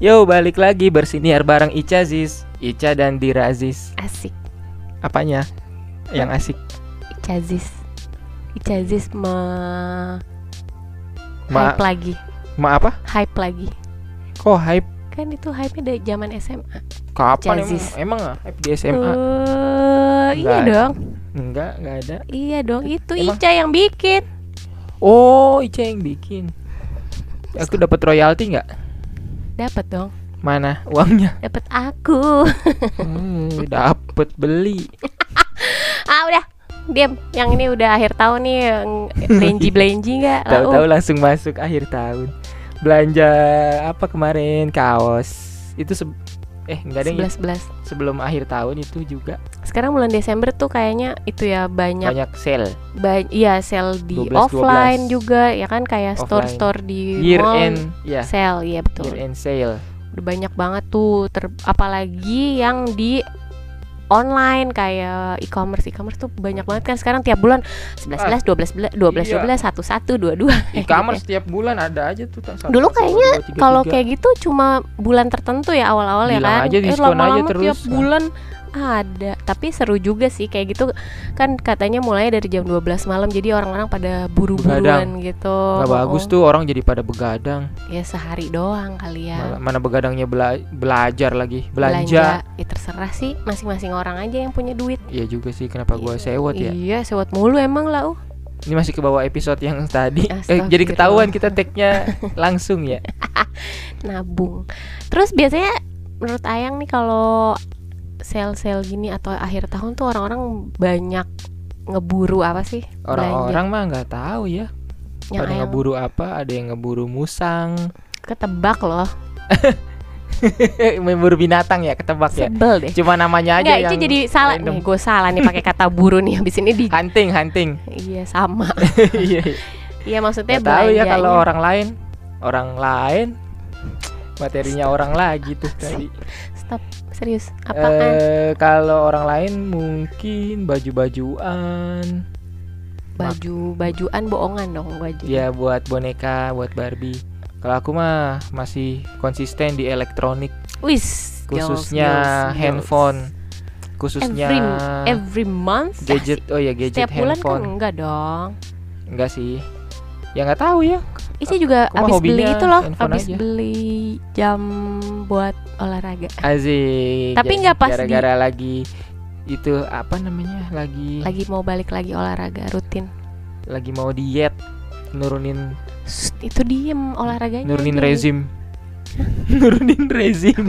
Yo, balik lagi bersiniar bareng Ica Aziz, Ica dan Dira Aziz. Asik. Apanya yang asik? Ica Aziz Ma hype lagi. apa? Hype lagi. Kok hype? Kan itu hype-nya dari zaman SMA. Kapan Ica Aziz. emang hype di SMA? Iya Enggak. dong. Enggak ada. Iya dong, itu Emang? Ica yang bikin. Oh, Ica yang bikin. Aku dapat royalti nggak? Dapat dong. Mana uangnya? Dapat aku. Dapat beli. Udah. Diam. Yang ini udah akhir tahun nih, belenji enggak? Tahu-tahu langsung masuk akhir tahun. Belanja apa kemarin? Kaos. Itu enggak ada 11. sebelum akhir tahun itu juga. Sekarang bulan Desember tuh kayaknya itu ya banyak Sale. Iya, sale di 12. offline juga ya kan, kayak Offline. store-store di Year mall end, ya. sale, iya betul. Year end sale. Udah banyak banget tuh, apalagi yang di online kayak e-commerce tuh banyak banget kan sekarang, tiap bulan 11 12 Iya. 11 11 11 E-commerce setiap bulan ada aja tuh. Dulu kayaknya kalau kayak gitu cuma bulan tertentu ya awal-awal ya bilang kan. aja diskon aja Lama-lama terus. tiap bulan ada. Tapi seru juga sih kayak gitu kan, katanya mulai dari jam 12 malam, jadi orang-orang pada buru-buruan gitu. Gak bagus tuh, orang jadi pada begadang. Ya sehari doang kali ya. Mana begadangnya belajar lagi, belanja. Ya terserah sih, masing-masing orang aja yang punya duit. Iya juga sih, kenapa gua sewot ya? Iya, sewot mulu emang lah. Ini masih ke bawah episode yang tadi. Astagfirullah. Jadi ketahuan kita tag-nya langsung ya. Nabung. Terus biasanya menurut Ayang nih kalau sale-sale gini atau akhir tahun tuh orang-orang banyak ngeburu apa sih? Orang-orang mah nggak tahu ya. Yang Pada Ayang ngeburu apa? Ada yang ngeburu musang. ketebak loh. Memburu binatang ya, ketebak ya. Sebel deh. Cuma namanya aja Enggak, yang itu jadi salah random. nih. Gue salah nih pakai kata buru nih. Habis ini di Hunting. Iya sama. Iya. Iya maksudnya Nggak tahu ya belanjanya. kalau orang lain materinya orang lagi tuh tadi. Stop, serius. Apaan? Kalau orang lain mungkin baju-bajuan. Baju-bajuan bohongan dong baju. Ya buat boneka, buat Barbie. Kalau aku mah masih konsisten di elektronik, Wis, khususnya girls. handphone, khususnya every month. gadget. Oh ya, gadget Setiap bulan kan handphone. enggak dong. Enggak sih. Ya nggak tahu ya. Ica juga Aku mah habis beli hobinya itu loh, handphone habis aja. beli jam buat olahraga. Asik. Tapi nggak pas gara-gara lagi itu apa namanya? Lagi Mau balik lagi olahraga rutin. mau diet, nurunin Itu diem olahraganya. nurunin aja. rezim. Nurunin rezim.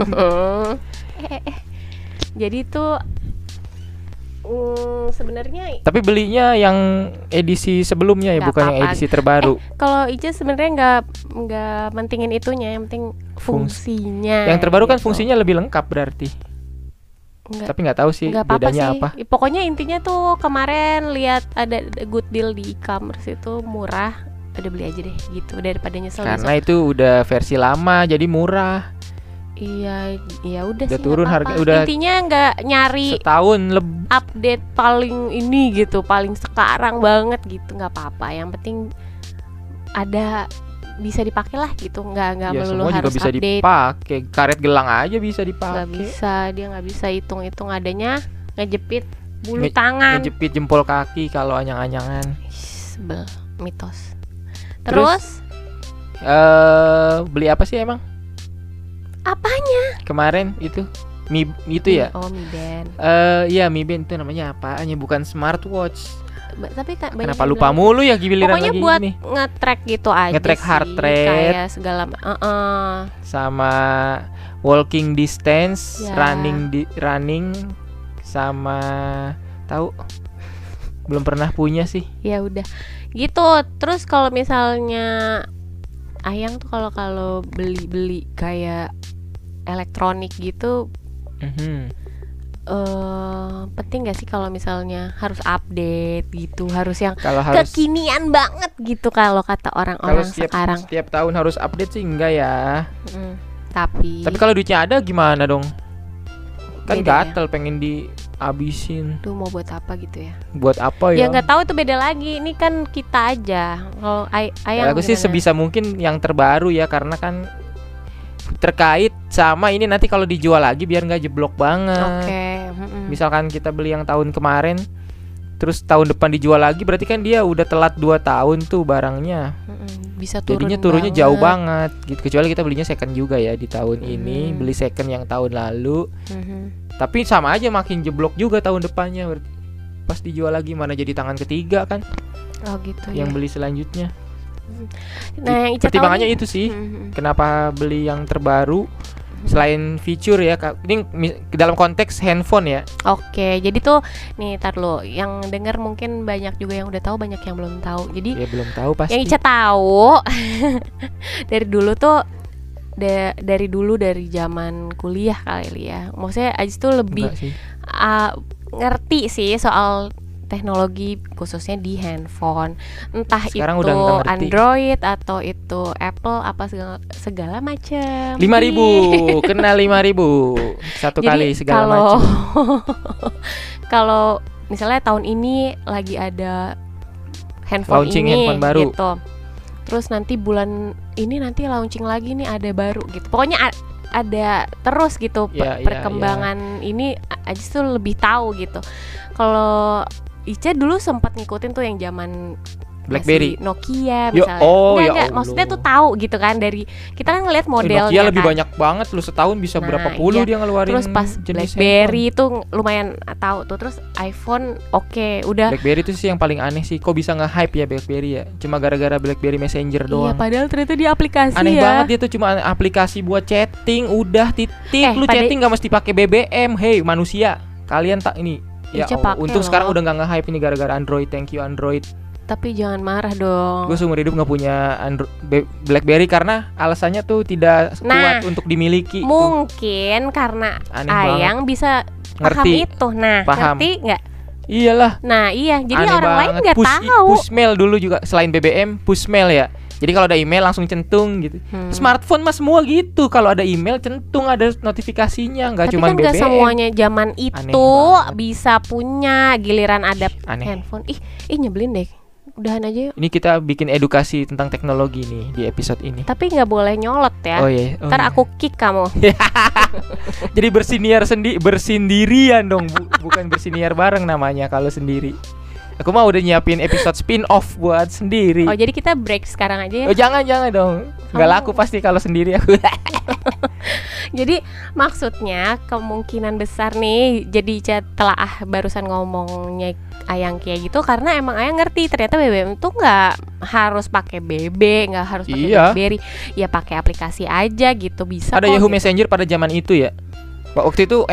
Jadi tuh sebenarnya Tapi belinya yang edisi sebelumnya ya, Nggak bukan yang apa-apa. edisi terbaru. kalau Ica sebenarnya nggak mentingin itunya, yang penting fungsinya. Yang terbaru kan gitu. fungsinya lebih lengkap berarti. Nggak- Tapi nggak tahu sih nggak apa-apa bedanya sih. apa. Pokoknya intinya tuh kemarin lihat ada good deal di e-commerce itu murah, udah beli aja deh gitu daripada nyesel. Karena itu udah versi lama jadi murah. Iya, ya udah Udah sih. turun nggak harga, apa-apa. udah Intinya nggak nyari Setahun update paling ini gitu, paling sekarang banget gitu, nggak apa-apa. Yang penting ada bisa dipakai lah gitu, nggak ya melulu semua juga harus bisa update. dipakai. Karet gelang aja bisa Nggak dipakai. bisa, dia nggak bisa hitung-hitung, adanya ngejepit bulu Nge- tangan. Ngejepit jempol kaki kalau anyang-anyangan. Sebel, mitos. Terus? Terus Beli apa sih emang? apanya? Kemarin itu itu ya. Oh, Mi Band. Iya Mi Band itu namanya apaan ya? Bukan smartwatch. Tapi kan banyak Kenapa yang lupa bilang- mulu ya giliran Pokoknya lagi buat ini. nge-track gitu aja Nge-track sih, heart rate. kayak segala Sama walking distance, Ya. running sama tahu belum pernah punya sih. ya udah gitu. Terus kalau misalnya Ayang tuh kalau beli kayak elektronik gitu, penting gak sih kalau misalnya harus update gitu, harus yang Kalau harus kekinian banget gitu kalau kata kalau orang-orang sekarang. setiap tahun harus update sih enggak ya. Tapi Tapi kalau duitnya ada gimana dong? Kan Beda ya. gatel pengen dihabisin. tuh mau buat apa gitu ya? Buat apa Ya ya? nggak tahu, itu beda lagi. Ini kan kita aja. Kalau Ya, Ayang aku sih gimana? sebisa mungkin yang terbaru ya, karena kan terkait sama ini nanti kalau dijual lagi biar nggak jeblok banget. Oke. Misalkan kita beli yang tahun kemarin, terus tahun depan dijual lagi, berarti kan dia udah telat 2 tahun tuh barangnya. Bisa Jadinya turunnya jauh banget gitu. Kecuali kita belinya second juga ya di tahun ini, beli second yang tahun lalu. Tapi sama aja makin jeblok juga tahun depannya. Berarti pas dijual lagi mana jadi tangan ketiga kan? Oh gitu. Yang beli selanjutnya. Nah, yang Ica pertimbangannya tahu itu sih. Kenapa beli yang terbaru? Selain feature ya, ini dalam konteks handphone ya. Oke, jadi tuh nih tar lo yang dengar mungkin banyak juga yang udah tahu, banyak yang belum tahu. Jadi ya belum tahu pasti. Yang Ica tahu dari dulu tuh dari zaman kuliah kali ya. Maksudnya Ajis tuh lebih ngerti sih soal teknologi khususnya di handphone, entah sekarang itu udah Android atau itu Apple apa segala macam. 5.000 kena 5.000 satu kali segala macam. Kalau misalnya tahun ini lagi ada handphone launching ini handphone baru gitu, terus nanti bulan ini nanti launching lagi nih ada baru gitu. Pokoknya ada terus gitu perkembangan ini aja tuh lebih tahu gitu. Kalau Ica dulu sempat ngikutin tuh yang zaman BlackBerry, Nokia misalnya. Enggak, maksudnya tuh tahu gitu kan, dari kita kan ngeliat modelnya. Nokia lebih kan banyak banget loh, setahun bisa berapa puluh dia ngeluarin. Terus pas BlackBerry itu lumayan tahu tuh, terus iPhone udah. BlackBerry itu sih yang paling aneh sih, kok bisa nge-hype ya BlackBerry ya? Cuma gara-gara BlackBerry Messenger doang. Iya, padahal ternyata dia aplikasi aneh banget, dia tuh cuma aplikasi buat chatting, udah titik. Lu chatting nggak mesti pakai BBM, hey manusia, kalian tak ini. Ya untung sekarang udah nggak nge-hype ini gara-gara Android. Thank you Android. Tapi jangan marah dong. Gue seumur hidup nggak punya BlackBerry karena alasannya tuh tidak kuat untuk dimiliki. Mungkin karena Ayang bisa ngerti paham itu. Ngerti nggak? Iyalah. Nah iya, jadi aneh orang lain nggak tahu. Pushmail dulu juga, selain BBM, pushmail ya. Jadi kalau ada email langsung centung gitu. Smartphone mah semua gitu. Kalau ada email centung, ada notifikasinya, nggak cuma BBM. Tapi kan nggak semuanya zaman itu bisa punya, giliran ada handphone. Ih nyebelin deh. Udahan aja yuk. Ini kita bikin edukasi tentang teknologi nih di episode ini. Tapi nggak boleh nyolot ya. Ntar aku kick kamu. Jadi bersendirian dong, bukan bersiniar bareng namanya kalau sendiri. Aku mah udah nyiapin episode spin-off buat sendiri. Oh jadi kita break sekarang aja ya? Oh jangan dong. Nggak laku pasti kalau sendiri aku. Jadi maksudnya kemungkinan besar nih, jadi telah barusan ngomongnya Ayang kayak gitu karena emang Ayang ngerti ternyata BBM itu nggak harus pakai BB, nggak harus pakai BlackBerry, ya pakai aplikasi aja gitu bisa. Ada Yahoo Messenger pada zaman itu ya. Waktu itu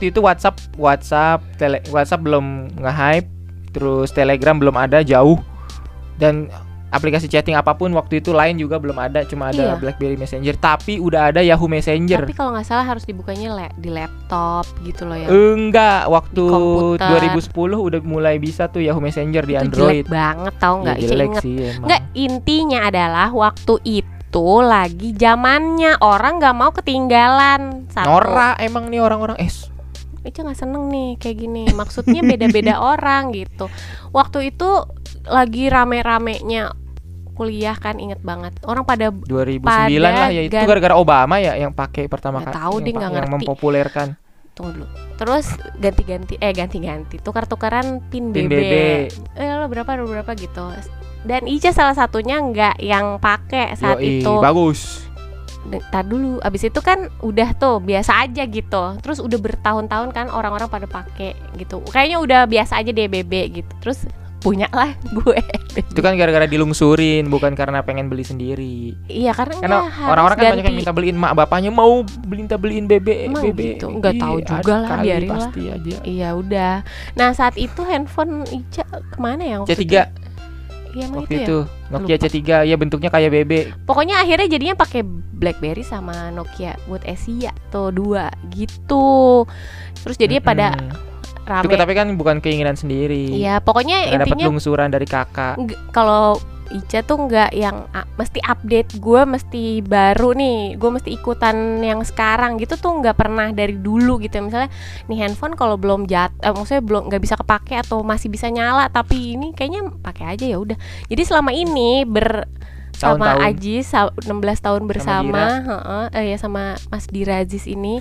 WhatsApp belum nge-hype. Terus Telegram belum ada, jauh. Dan aplikasi chatting apapun waktu itu lain juga belum ada, cuma ada BlackBerry Messenger. Tapi udah ada Yahoo Messenger. Tapi kalau nggak salah harus dibukanya di laptop gitu loh ya. Enggak, waktu 2010 udah mulai bisa tuh Yahoo Messenger di Android. Jelek banget tau nggak? Jelek sih emang. Nggak, intinya adalah waktu itu lagi zamannya orang nggak mau ketinggalan. Norak emang nih orang-orang Ica nggak seneng nih kayak gini. Maksudnya beda-beda orang gitu. Waktu itu lagi rame-ramenya kuliah kan, inget banget. Orang pada 2009 lah ya, itu gara-gara Obama ya yang pakai pertama kali. Tahu deh, nggak ngerti. Yang mempopulerkan. Tunggu dulu. Terus ganti-ganti tukar-tukaran pin BB. Lo berapa gitu. Dan Ica salah satunya nggak yang pakai saat itu. Bagus. Ntar dulu, abis itu kan udah tuh biasa aja gitu. Terus udah bertahun-tahun kan orang-orang pada pakai gitu. Kayaknya udah biasa aja deh BB gitu. Terus punya lah gue. Itu kan gara-gara dilungsurin, bukan karena pengen beli sendiri. Iya, karena orang-orang kan banyak yang minta beliin, mak bapaknya mau beliin BB. Gitu. Nggak tahu juga lah, biarin lah. Iya udah. Nah saat itu handphone Ica kemana ya? C3. Iya, waktu itu Nokia C3 ya, bentuknya kayak BB. Pokoknya akhirnya jadinya pakai BlackBerry sama Nokia buat Asia tuh 2 gitu. Terus jadinya pada rame. Itu tapi kan bukan keinginan sendiri. Iya, pokoknya intinya dapat lungsuran dari kakak. Kalau Ica tuh nggak yang mesti update, gue mesti baru nih, gue mesti ikutan yang sekarang gitu tuh nggak pernah dari dulu gitu. Misalnya nih handphone kalau belum maksudnya belum nggak bisa kepake atau masih bisa nyala tapi ini kayaknya pakai aja ya udah. Jadi selama ini sama tahun-tahun. Ajis 16 tahun bersama, ya sama Mas Dirazis ini.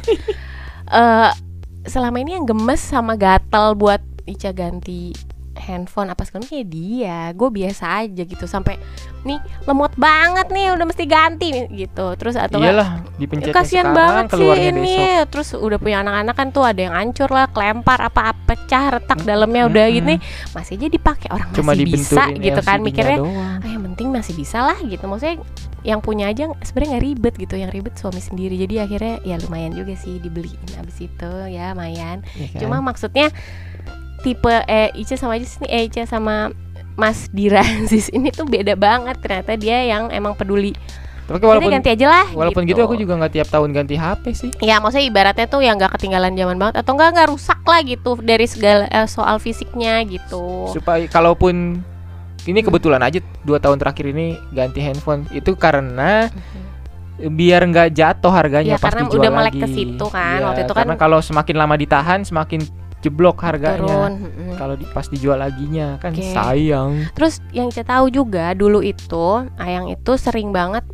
Selama ini yang gemes sama gatel buat Ica ganti handphone apa segala kayak dia, gue biasa aja gitu, sampai nih lemot banget nih udah mesti ganti nih gitu. Terus atau iyalah dipencetnya kasian sekarang banget sih keluarnya ini besok. terus udah punya anak-anak kan tuh, ada yang hancur lah, kelempar apa pecah retak dalamnya udah gini, masih aja dipakai orang, Cuma masih bisa dibenturin gitu kan, LCD-nya mikirnya doang. yang penting masih bisa lah gitu. Maksudnya yang punya aja sebenarnya nggak ribet gitu, yang ribet suami sendiri. Jadi akhirnya ya lumayan juga sih dibeliin abis itu ya, lumayan. Ya kan? Cuma maksudnya tipe Ica sama Ajis nih, Ica sama Mas Dirazis ini tuh beda banget. Ternyata dia yang emang peduli. Tapi Kita walaupun ganti aja lah. walaupun gitu aku juga nggak tiap tahun ganti HP sih. Ya maksudnya ibaratnya tuh yang nggak ketinggalan zaman banget, atau nggak rusak lah gitu dari segala soal fisiknya gitu. Supaya kalaupun ini kebetulan aja 2 tahun terakhir ini ganti handphone itu karena biar nggak jatuh harganya Ya pas karena dijual udah melek lagi. ke situ kan. Ya, Waktu itu karena kan kalau semakin lama ditahan semakin jeblok harganya. turun. Kalau pas dijual laginya kan Oke. sayang. Terus yang saya tahu juga dulu itu Ayang itu sering banget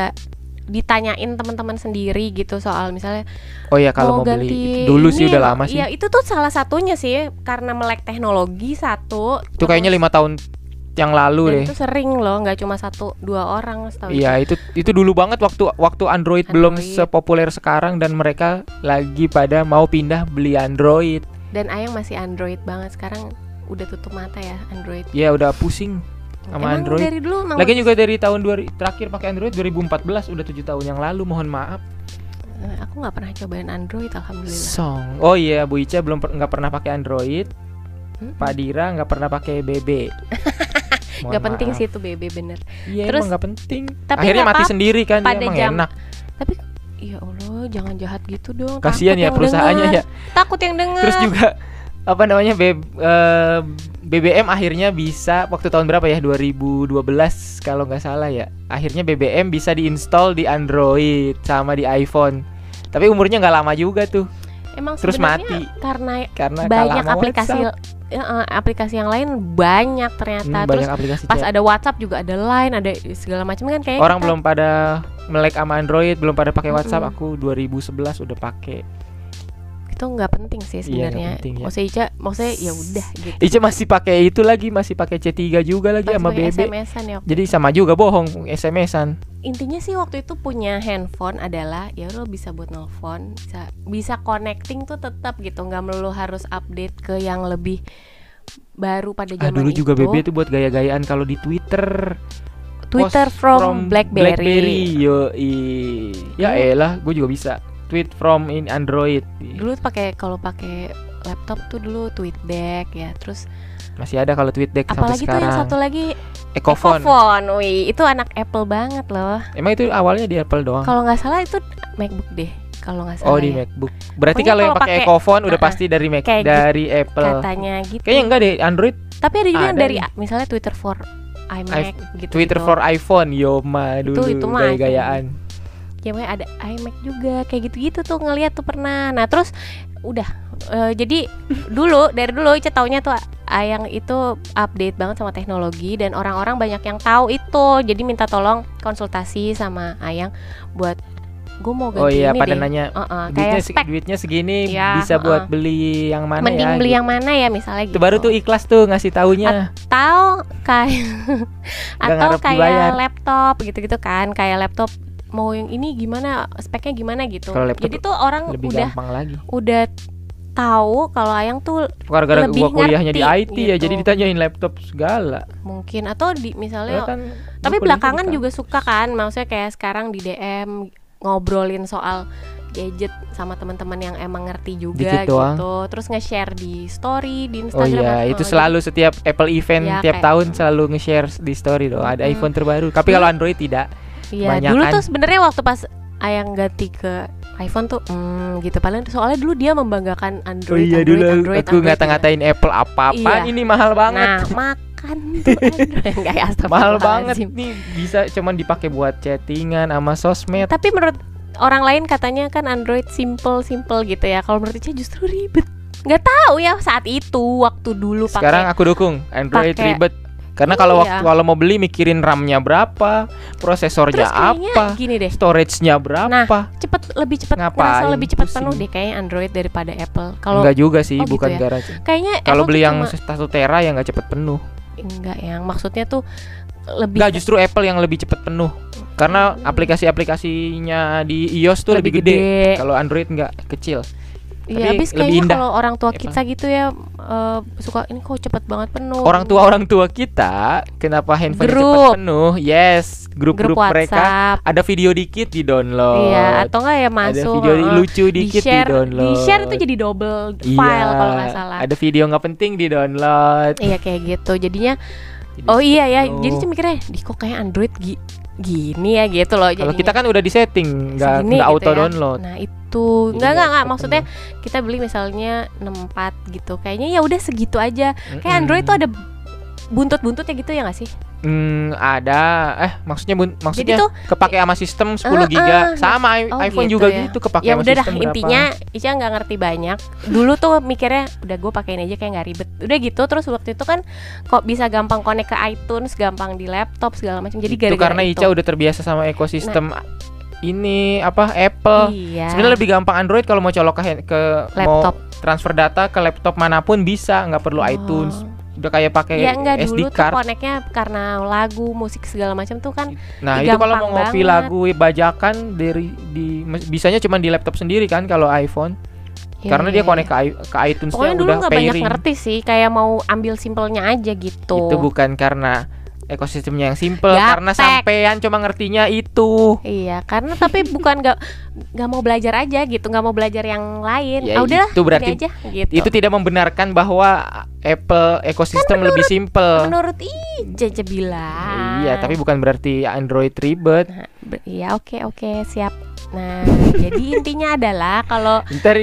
ditanyain teman-teman sendiri gitu soal misalnya Oh ya kalau mau beli dulu sih udah lama sih. Iya itu tuh salah satunya sih karena melek teknologi satu. Itu kayaknya 5 tahun yang lalu dan deh. itu sering loh, nggak cuma 1-2 orang setahu. Iya itu dulu banget waktu Android belum Android. sepopuler sekarang dan mereka lagi pada mau pindah beli Android. Dan Ayang masih Android banget, sekarang udah tutup mata ya Android. Ya udah pusing sama Emang Android. dari dulu emang Lagian juga dari tahun terakhir pakai Android 2014, udah 7 tahun yang lalu, mohon maaf. aku nggak pernah cobain Android alhamdulillah. Song. Oh iya, Bu Ica nggak pernah pakai Android. Pak Dira nggak pernah pakai BB. Mohon Nggak penting maaf. sih itu BB bener. Iya Terus, emang nggak penting. tapi Akhirnya nggak mati apa-apa sendiri kan, dia pada emang jam- enak. Tapi ya Allah jangan jahat gitu dong. Kasihan takut ya yang perusahaannya denger. ya. Takut yang denger. Terus juga apa namanya BBM akhirnya bisa waktu tahun berapa ya 2012 kalau nggak salah ya, akhirnya BBM bisa diinstal di Android sama di iPhone, tapi umurnya nggak lama juga tuh, Emang terus sebenarnya mati karena karena banyak kalah sama aplikasi WhatsApp. aplikasi yang lain banyak ternyata. Terus Banyak aplikasi pas chat. ada WhatsApp juga ada Line, ada segala macam kan kayak Orang kita- belum pada melek sama Android, belum pada pakai WhatsApp. Mm-mm. Aku 2011 udah pakai. itu nggak penting sih Iya, nggak sebenarnya. penting, ya. Maksudnya ya udah gitu. Ica masih pakai itu lagi, masih pakai C3 juga lagi sama BB. SMS-an ya. Jadi sama juga bohong SMS-an. Intinya sih waktu itu punya handphone adalah ya lo bisa buat nelfon, bisa connecting tuh tetap gitu, nggak melulu harus update ke yang lebih baru pada zaman Dulu itu. juga BB itu buat gaya-gayaan kalau di Twitter. Twitter Post from BlackBerry. Yoi. Ya elah, gue juga bisa tweet from in Android. Dulu kalau pakai laptop tuh dulu TweetDeck ya. Terus Masih ada kalau TweetDeck sampai apalagi tuh yang sekarang. satu lagi Ecophone. Wih, itu anak Apple banget loh. Emang itu awalnya di Apple doang? Kalau nggak salah itu MacBook deh. Kalau nggak salah. Oh di ya. MacBook. Berarti Pokoknya kalau yang kalau pakai pakai- Ecophone udah uh-uh. pasti dari Kayak dari Apple. Katanya gitu. Kayaknya enggak deh, Android. Tapi ada juga yang ada dari nih. misalnya Twitter for iMac gitu. Twitter for iPhone, Yoma dulu Itu mah gaya-gayaan. Ya makanya ada iMac juga kayak gitu-gitu tuh ngeliat tuh pernah. Nah terus udah jadi dari dulu Ica taunya tuh Ayang itu update banget sama teknologi dan orang-orang banyak yang tahu itu. Jadi minta tolong konsultasi sama Ayang buat gue mau ganti Oh iya, ini pada deh. nanya Kayak spek. duitnya segini Ya, bisa buat beli yang mana Mending ya? beli gitu. yang mana ya misalnya Itu gitu. baru tuh ikhlas tuh ngasih taunya. Atau kayak atau ngarep dibayar. kayak laptop gitu-gitu kan, kayak laptop mau yang ini gimana, speknya gimana gitu. Kalau laptop Jadi tuh orang Lebih udah gampang lagi. tahu kalau Ayang tuh Gara-gara lebih gua kuliahnya di ngerti IT ya, gitu. jadi ditanyain laptop segala. mungkin atau di Ya misalnya kan, tapi gua kuliahnya belakangan di juga suka kan, maksudnya kayak sekarang di DM ngobrolin soal gadget sama teman-teman yang emang ngerti juga Dikit gitu. doang. Terus nge-share di story di Oh Instagram. iya, itu selalu setiap Apple event Ya, tiap kayak- tahun selalu nge-share di story dong. Ada iPhone terbaru. Tapi kalau Android tidak. Iya, Banyakan. dulu tuh sebenarnya waktu pas Ayang ganti ke iPhone tuh gitu. Paling soalnya dulu dia membanggakan Android. Android, aku Android, ngata-ngatain Apple apa-apaan Iya. ini mahal banget. Nah, makan tuh Android. Enggak ya, Mahal astagfirullahaladzim. banget nih, bisa cuman dipakai buat chattingan sama sosmed. Tapi menurut orang lain katanya kan Android simple gitu ya. Kalau menurut Ica justru ribet. Nggak tahu ya saat itu waktu dulu Sekarang pakai aku dukung Android pakai- ribet. Karena kalau mau beli mikirin RAM-nya berapa, prosesornya apa, gini deh, storage-nya berapa. Nah, lebih cepat ngerasa lebih cepat penuh deh kayaknya Android daripada Apple. Kalau enggak juga sih, bukan gitu ya? garansi. Kayaknya kalau beli yang 1 tera ya enggak cepat penuh. Enggak, yang maksudnya tuh lebih. Enggak, justru Apple yang lebih cepat penuh. Karena aplikasi-aplikasinya di iOS tuh lebih gede. Kalau Android enggak, kecil. Iya, habis kayaknya kalau orang tua kita gitu ya suka ini kok cepet banget penuh. Orang tua kita kenapa handphone cepet penuh? Yes, grup-grup mereka ada video dikit di download. Iya, atau enggak ya masuk. Ada video lucu dikit di download. Di share itu jadi double file kalau nggak salah. Ada video nggak penting di download. Iya kayak gitu. Jadinya iya ya. Jadi cuma mikirnya, kok kayak Android gini ya gitu loh. Kalau kita kan udah di setting nggak gitu auto ya. download. Nah itu nggak maksudnya kita beli misalnya 64 gitu, kayaknya ya udah segitu aja. Kayak Android tuh ada buntut-buntutnya gitu ya nggak sih? Ada. Maksudnya tuh, kepake sama sistem 10 giga sama iPhone gitu juga ya. Gitu kepake sama sistem. Ya udah dah, intinya Ica nggak ngerti banyak. Dulu tuh mikirnya udah gue pakein aja kayak nggak ribet. Udah gitu, terus waktu itu kan kok bisa gampang connect ke iTunes, gampang di laptop segala macam. Jadi gara-gara karena Ica udah terbiasa sama ekosistem ini Apple. Iya. Sebenarnya lebih gampang Android kalau mau colok ke laptop, mau transfer data ke laptop manapun bisa, nggak perlu iTunes. Udah kayak pakai SD dulu card. Tuh connect-nya karena lagu, musik segala macam tuh kan. Nah, itu kalau mau ngopi lagu bajakan bisanya cuma di laptop sendiri kan kalau iPhone. Karena dia connect ke iTunes-nya udah pairing. Dulu nggak banyak ngerti sih, kayak mau ambil simpelnya aja gitu. Itu bukan karena ekosistemnya yang simple, karena sampean cuma ngertinya itu. Iya, karena tapi bukan nggak mau belajar aja gitu, nggak mau belajar yang lain. Ya, udah itu berarti aja, gitu. Itu tidak membenarkan bahwa Apple ekosistem kan lebih simple. Menurut Ica bilang. Iya, tapi bukan berarti Android ribet. Iya, oke, siap. Nah, jadi intinya adalah kalau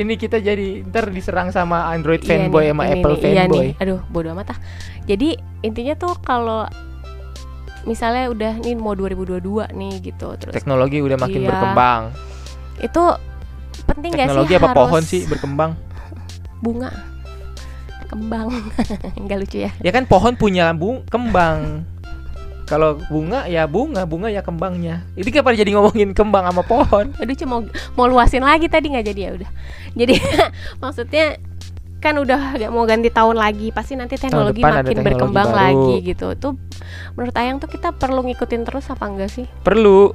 ntar diserang sama Android fanboy sama Apple fanboy. Aduh, bodo amat ah. Jadi intinya tuh kalau misalnya udah nih mau 2022 nih gitu, terus teknologi udah makin berkembang. Itu penting gak sih? Teknologi apa pohon sih berkembang? Bunga kembang. Enggak lucu ya? Ya kan pohon punya kembang. Kalau bunga ya kembangnya. Itu kenapa jadi ngomongin kembang sama pohon? Aduh, cuma mau luasin lagi tadi nggak jadi ya udah. Jadi maksudnya kan udah gak mau ganti tahun lagi, pasti nanti teknologi makin berkembang lagi gitu. Itu menurut Ayang tuh kita perlu ngikutin terus apa enggak sih? Perlu,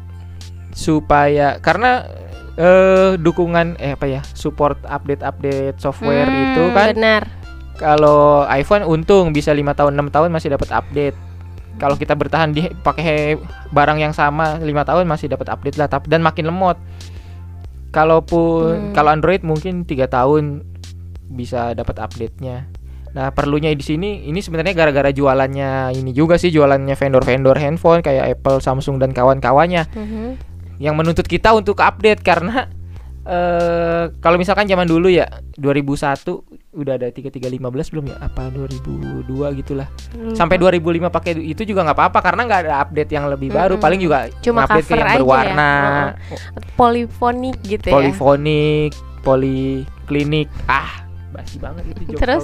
supaya karena dukungan support update software itu kan. Benar. Kalau iPhone untung bisa 5 tahun 6 tahun masih dapat update. Kalau kita bertahan pakai barang yang sama 5 tahun masih dapat update lah, dan makin lemot. Kalau Android mungkin 3 tahun bisa dapat update-nya. Nah, perlunya di sini ini sebenarnya gara-gara jualannya ini juga sih, jualannya vendor-vendor handphone kayak Apple, Samsung dan kawan-kawannya. Yang menuntut kita untuk update karena kalau misalkan zaman dulu ya 2001 udah ada 3315 belum ya? Apa 2002 gitulah. Sampai 2005 pakai itu juga nggak apa-apa karena nggak ada update yang lebih baru, paling juga cuma update ke yang berwarna, polifonik gitu ya. Polifonik, poliklinik. Basi banget itu. Terus.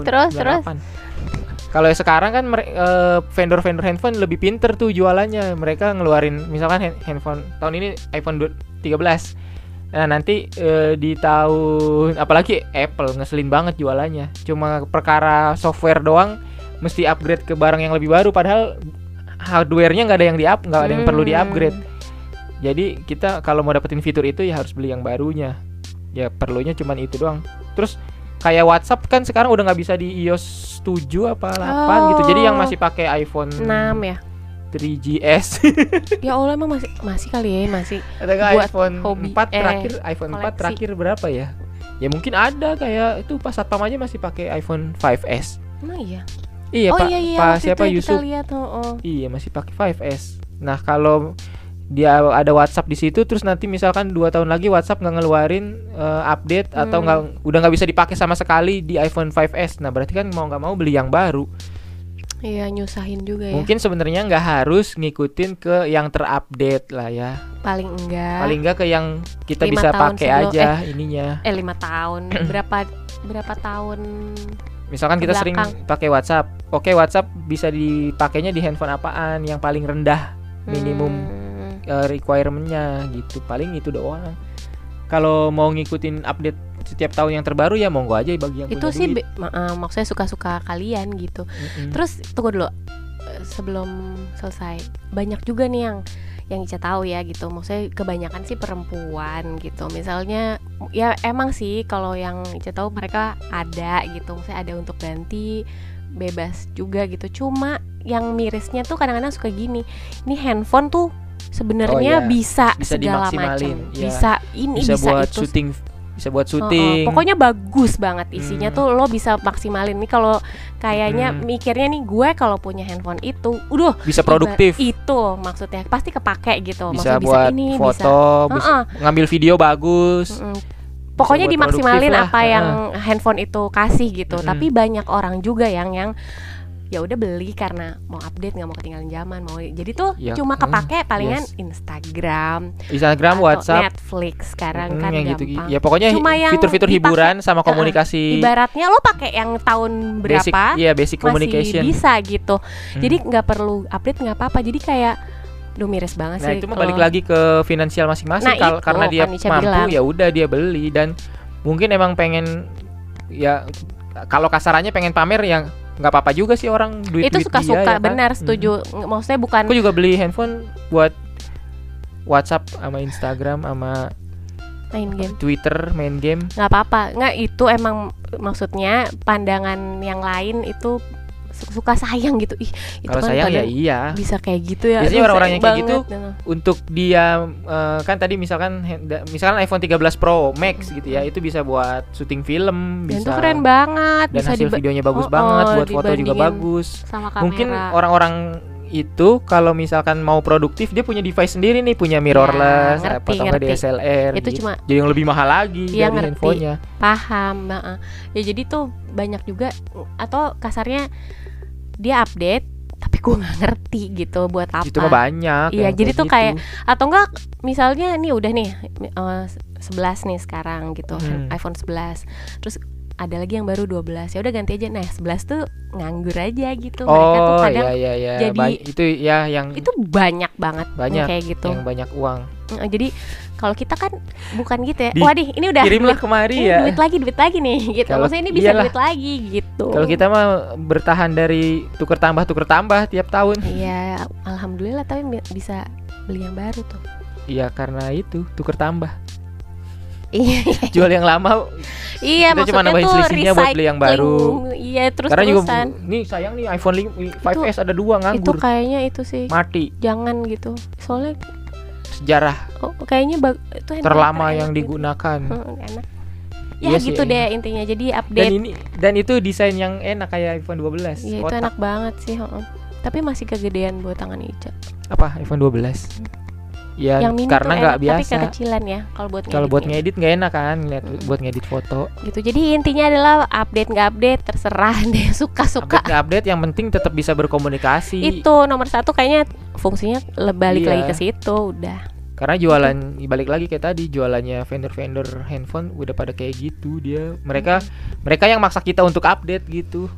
Kalau sekarang kan vendor-vendor handphone lebih pinter tuh jualannya. Mereka ngeluarin misalkan handphone tahun ini iPhone 13. Nah, nanti di tahun apalagi Apple ngeselin banget jualannya. Cuma perkara software doang mesti upgrade ke barang yang lebih baru, padahal hardware-nya nggak ada yang perlu di-upgrade. Jadi kita kalau mau dapetin fitur itu ya harus beli yang barunya. Ya perlunya cuman itu doang. Terus kayak WhatsApp kan sekarang udah nggak bisa di iOS 7 apa 8 gitu. Jadi yang masih pakai iPhone 6 ya, 3GS. Ya Allah, emang masih kali ya, masih. Ada buat iPhone 4 terakhir, iPhone koleksi. 4 terakhir berapa ya? Ya mungkin ada kayak itu pas Satpam aja masih pakai iPhone 5S. Emang iya? Iya, Pak siapa Yusuf? Iya, masih pakai 5S. Nah, kalau dia ada WhatsApp di situ, terus nanti misalkan 2 tahun lagi WhatsApp nggak ngeluarin update atau udah nggak bisa dipakai sama sekali di iPhone 5S. Nah, berarti kan mau nggak mau beli yang baru. Iya, nyusahin juga ya. Mungkin sebenarnya nggak harus ngikutin ke yang terupdate lah ya. Paling enggak ke yang kita bisa pakai aja ininya. 5 tahun. Berapa tahun? Misalkan kita sering pakai WhatsApp. oke, WhatsApp bisa dipakainya di handphone apaan yang paling rendah minimum requirement-nya gitu. Paling itu doang. Kalau mau ngikutin update setiap tahun yang terbaru ya monggo aja bagi yang itu punya sih duit. Maksudnya suka-suka kalian gitu. Terus tunggu dulu, sebelum selesai, banyak juga nih yang Ica tahu ya gitu. Maksudnya kebanyakan sih perempuan gitu. Misalnya ya emang sih kalau yang Ica tahu mereka ada gitu. Maksudnya ada untuk ganti, bebas juga gitu. Cuma yang mirisnya tuh kadang-kadang suka gini. Ini handphone tuh sebenarnya bisa segala macam. Ya. Bisa ini, bisa buat itu. Bisa buat syuting. Pokoknya bagus banget isinya tuh, lo bisa maksimalin nih. Kalau kayaknya mikirnya nih, gue kalau punya handphone itu bisa produktif. Itu maksudnya pasti kepake gitu. Bisa maksudnya buat bisa ini, foto, bisa ngambil video bagus. Pokoknya dimaksimalin apa yang handphone itu kasih gitu. Tapi banyak orang juga yang ya udah beli karena mau update, nggak mau ketinggalan zaman, mau jadi tuh cuma kepake palingan Instagram, WhatsApp, Netflix sekarang kan yang gampang. Gitu. Ya pokoknya fitur-fitur hiburan sama komunikasi. Ibaratnya lo pakai yang tahun berapa, basic communication masih bisa gitu. Jadi nggak perlu update, nggak apa-apa. Jadi kayak miris banget sih. Nah itu mah balik lagi ke finansial masing-masing. Karena dia mampu ya udah dia beli, dan mungkin emang pengen ya kalau kasarannya pengen pamer yang nggak apa-apa juga sih orang duit itu suka-suka dia, ya benar kan? Setuju. Maksudnya bukan. Aku juga beli handphone buat WhatsApp sama Instagram sama main game, Twitter, main game. Nggak apa-apa. Nggak, itu emang maksudnya pandangan yang lain itu suka sayang gitu. Ih, itu kalau kan sayang ya iya. Bisa kayak gitu ya. Biasanya orang-orang yang kayak gitu gitu. Untuk dia kan tadi misalkan iPhone 13 Pro Max gitu ya, itu bisa buat syuting film, dan bisa. itu keren banget. Dan bisa hasil videonya bagus banget, buat foto juga bagus. Sama kamera. Mungkin orang-orang itu kalau misalkan mau produktif dia punya device sendiri nih, punya mirrorless, atau enggak DSLR. Itu gitu. cuma jadi yang lebih mahal lagi dari handphonenya. Paham, ya jadi tuh banyak juga, atau kasarnya dia update tapi gue nggak ngerti gitu buat apa. Itu mah banyak. Iya, jadi tuh gitu. Kayak atau enggak misalnya nih udah nih 11 nih sekarang gitu, iPhone 11. Terus ada lagi yang baru 12. Ya udah ganti aja. Nah, 11 tuh nganggur aja gitu. Mereka tuh kadang iya. Jadi itu ya yang itu banyak banget kayak gitu. Yang banyak uang. Jadi kalau kita kan bukan gitu ya. Waduh, ini udah kirimlah kemari ya. Duit lagi nih gitu. Maksudnya ini bisa duit lagi gitu. Kalau kita mah bertahan dari tuker tambah tiap tahun. Iya, alhamdulillah, tapi bisa beli yang baru tuh. Iya, karena itu tuker tambah. Iya. Jual yang lama. Iya, kita cuma nambahin selisihnya buat beli yang baru. Iya, karena juga nih sayang nih iPhone 5S ada 2 nganggur. Itu kayaknya itu sih mati. Jangan gitu. Soalnya sejarah. Kayaknya itu terlama yang digunakan. Enak. Ya iya gitu sih, deh intinya. Jadi update. Dan itu desain yang enak kayak iPhone 12. Iya, itu enak banget sih. Tapi masih kegedean buat tangan Ica. Apa iPhone 12? Ya, yang mini karena nggak biasa. Tapi kekecilan ya kalau buat ngedit nggak enak kan, buat ngedit foto. Gitu. Jadi intinya adalah update nggak update terserah deh, suka-suka. Update nggak update, yang penting tetap bisa berkomunikasi. Itu nomor 1 kayaknya fungsinya balik lagi ke situ udah. Karena jualan balik lagi kayak tadi, jualannya vendor-vendor handphone udah pada kayak gitu dia. Mereka yang maksa kita untuk update gitu.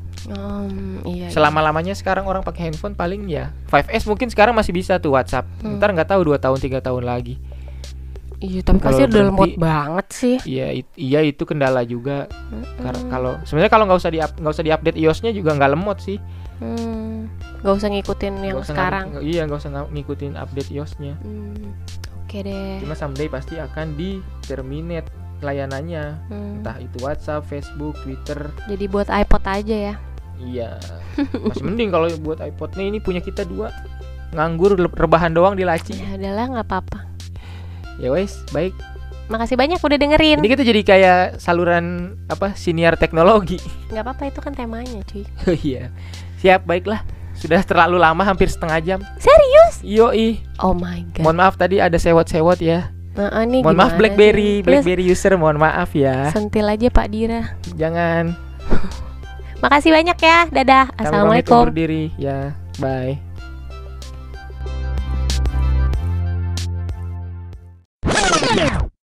Iya. Selama-lamanya sekarang orang pakai handphone paling ya 5S mungkin sekarang masih bisa tuh WhatsApp. Ntar nggak tahu 2 tahun 3 tahun lagi. Iya, tapi pasti udah lemot banget sih. Iya itu kendala juga. Kalau sebenarnya kalau nggak usah diupdate iOS-nya juga nggak lemot sih. Nggak usah ngikutin yang sekarang. Iya, nggak usah ngikutin update iOS-nya. Oke deh. Cuma someday pasti akan di-terminate layanannya. Entah itu WhatsApp, Facebook, Twitter. Jadi buat iPod aja ya. Iya. Masih mending kalau buat iPod nih, ini punya kita 2. Nganggur rebahan doang di laci. Ya udahlah, nggak apa-apa. Ya wes, baik. Makasih banyak udah dengerin. Ini kita jadi kayak saluran siniar teknologi. Nggak apa-apa, itu kan temanya cuy. Oh iya. Siap, baiklah. Sudah terlalu lama, hampir setengah jam. Serius? Yoi. Oh my god. Mohon maaf tadi ada sewot-sewot ya. Mohon maaf BlackBerry user, mohon maaf ya. Sentil aja Pak Dira. Jangan. Makasih banyak ya. Dadah. Assalamualaikum. Kami pamit undur diri ya. Bye.